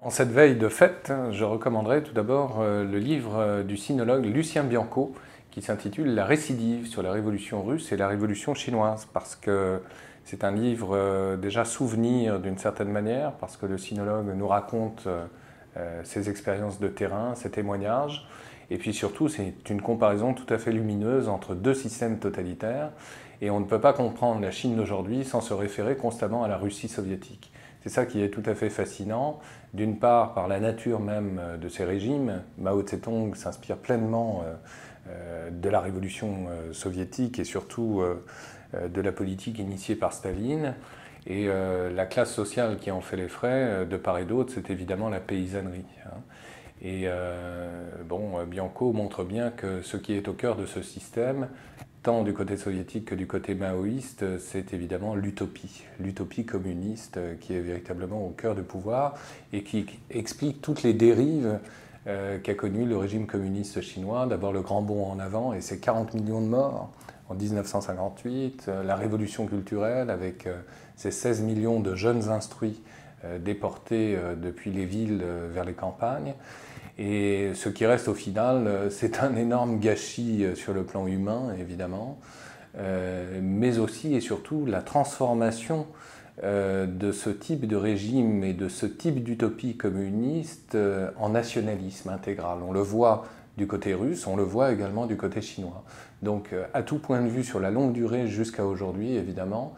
En cette veille de fête, je recommanderais tout d'abord le livre du sinologue Lucien Bianco qui s'intitule La récidive sur la révolution russe et la révolution chinoise, parce que c'est un livre déjà souvenir d'une certaine manière, parce que le sinologue nous raconte ses expériences de terrain, ses témoignages, et puis surtout c'est une comparaison tout à fait lumineuse entre deux systèmes totalitaires, et on ne peut pas comprendre la Chine d'aujourd'hui sans se référer constamment à la Russie soviétique. C'est ça qui est tout à fait fascinant, d'une part par la nature même de ces régimes. Mao Tse-tung s'inspire pleinement de la révolution soviétique et surtout de la politique initiée par Staline. Et la classe sociale qui en fait les frais, de part et d'autre, c'est évidemment la paysannerie. Et Bianco montre bien que ce qui est au cœur de ce système, tant du côté soviétique que du côté maoïste, c'est évidemment l'utopie communiste qui est véritablement au cœur du pouvoir et qui explique toutes les dérives qu'a connues le régime communiste chinois. D'abord le grand bond en avant et ses 40 millions de morts en 1958, la révolution culturelle avec ses 16 millions de jeunes instruits déportés depuis les villes vers les campagnes. Et ce qui reste au final, c'est un énorme gâchis sur le plan humain, évidemment, mais aussi et surtout la transformation de ce type de régime et de ce type d'utopie communiste en nationalisme intégral. On le voit du côté russe, on le voit également du côté chinois. Donc à tout point de vue sur la longue durée jusqu'à aujourd'hui, évidemment,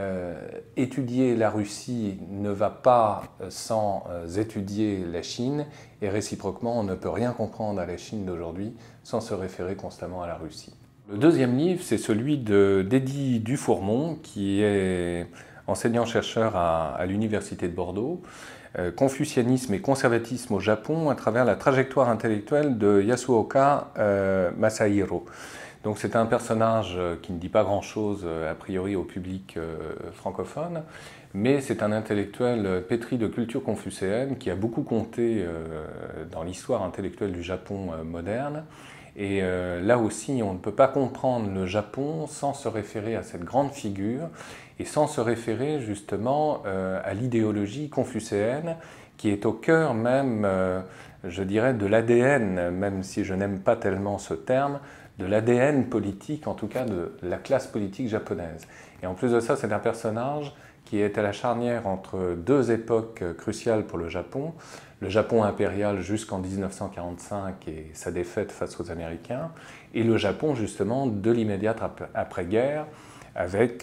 étudier la Russie ne va pas sans étudier la Chine, et réciproquement, on ne peut rien comprendre à la Chine d'aujourd'hui sans se référer constamment à la Russie. Le deuxième livre, c'est celui d'Eddy Dufourmont, qui est enseignant-chercheur à l'Université de Bordeaux, Confucianisme et conservatisme au Japon à travers la trajectoire intellectuelle de Yasuoka Masahiro. Donc c'est un personnage qui ne dit pas grand-chose a priori au public francophone, mais c'est un intellectuel pétri de culture confucéenne qui a beaucoup compté dans l'histoire intellectuelle du Japon moderne. Et là aussi, on ne peut pas comprendre le Japon sans se référer à cette grande figure et sans se référer justement à l'idéologie confucéenne qui est au cœur même, je dirais, de l'ADN, même si je n'aime pas tellement ce terme, de l'ADN politique, en tout cas de la classe politique japonaise. Et en plus de ça, c'est un personnage qui est à la charnière entre deux époques cruciales pour le Japon impérial jusqu'en 1945 et sa défaite face aux Américains, et le Japon justement de l'immédiate après-guerre, avec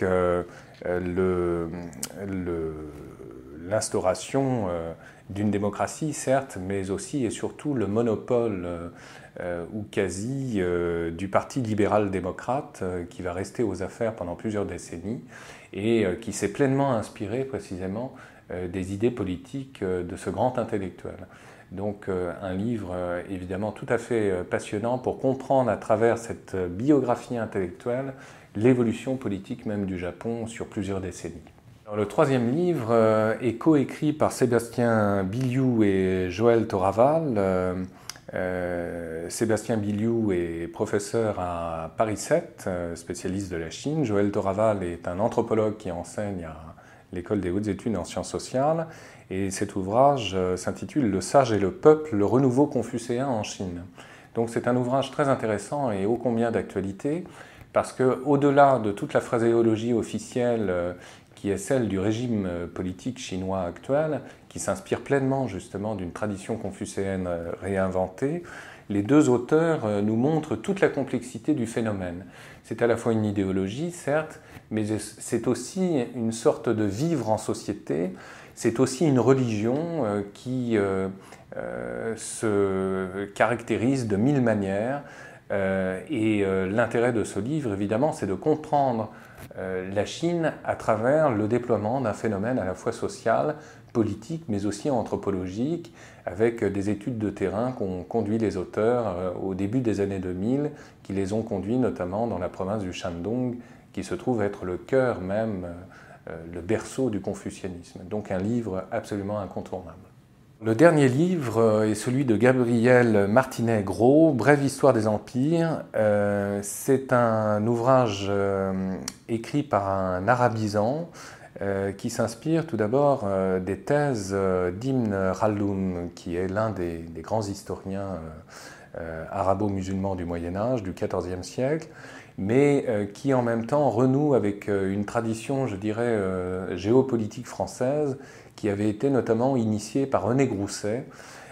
l'instauration d'une démocratie, certes, mais aussi et surtout le monopole ou quasi du Parti libéral-démocrate qui va rester aux affaires pendant plusieurs décennies et qui s'est pleinement inspiré précisément des idées politiques de ce grand intellectuel. Donc un livre évidemment tout à fait passionnant pour comprendre à travers cette biographie intellectuelle l'évolution politique même du Japon sur plusieurs décennies. Alors, le troisième livre est coécrit par Sébastien Biliou et Joël Thoraval. Sébastien Biliou est professeur à Paris 7, spécialiste de la Chine. Joël Thoraval est un anthropologue qui enseigne à l'École des hautes études en sciences sociales. Et cet ouvrage s'intitule « Le sage et le peuple, le renouveau confucéen en Chine ». Donc c'est un ouvrage très intéressant et ô combien d'actualité, parce qu'au-delà de toute la phraséologie officielle qui est celle du régime politique chinois actuel, qui s'inspire pleinement justement d'une tradition confucéenne réinventée, les deux auteurs nous montrent toute la complexité du phénomène. C'est à la fois une idéologie, certes, mais c'est aussi une sorte de vivre en société, c'est aussi une religion qui se caractérise de mille manières. L'intérêt de ce livre, évidemment, c'est de comprendre la Chine à travers le déploiement d'un phénomène à la fois social, politique, mais aussi anthropologique, avec des études de terrain qu'ont conduit les auteurs au début des années 2000, qui les ont conduits notamment dans la province du Shandong, qui se trouve être le cœur même, le berceau du confucianisme. Donc un livre absolument incontournable. Le dernier livre est celui de Gabriel Martinet-Gros, Brève histoire des empires. C'est un ouvrage écrit par un arabisant qui s'inspire tout d'abord des thèses d'Ibn Khaldun, qui est l'un des grands historiens arabo-musulmans du Moyen-Âge, du XIVe siècle, mais qui en même temps renoue avec une tradition, je dirais, géopolitique française, qui avait été notamment initiée par René Grousset,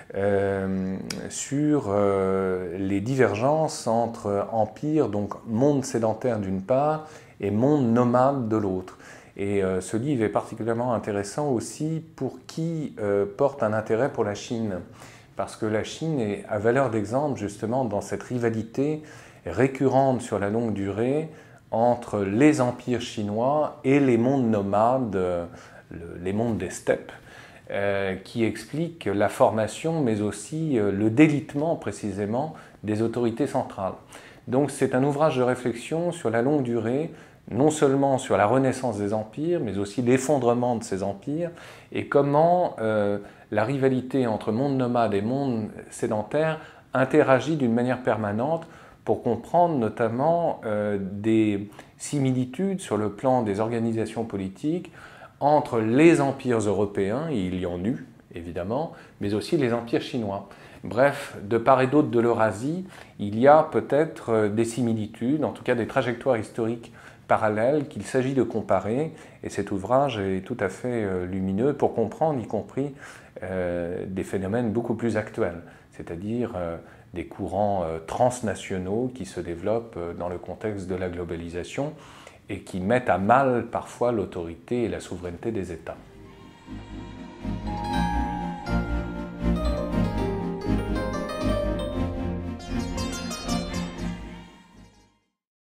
sur les divergences entre empires, donc monde sédentaire d'une part, et monde nomade de l'autre. Et ce livre est particulièrement intéressant aussi pour qui porte un intérêt pour la Chine, parce que la Chine est à valeur d'exemple justement dans cette rivalité récurrente sur la longue durée entre les empires chinois et les mondes nomades, les mondes des steppes, qui explique la formation mais aussi le délitement précisément des autorités centrales. Donc c'est un ouvrage de réflexion sur la longue durée, non seulement sur la renaissance des empires, mais aussi l'effondrement de ces empires et comment la rivalité entre monde nomade et monde sédentaire interagit d'une manière permanente pour comprendre notamment des similitudes sur le plan des organisations politiques entre les empires européens, et il y en eut évidemment, mais aussi les empires chinois. Bref, de part et d'autre de l'Eurasie, il y a peut-être des similitudes, en tout cas des trajectoires historiques parallèles qu'il s'agit de comparer, et cet ouvrage est tout à fait lumineux pour comprendre y compris des phénomènes beaucoup plus actuels, c'est-à-dire des courants transnationaux qui se développent dans le contexte de la globalisation et qui mettent à mal parfois l'autorité et la souveraineté des États.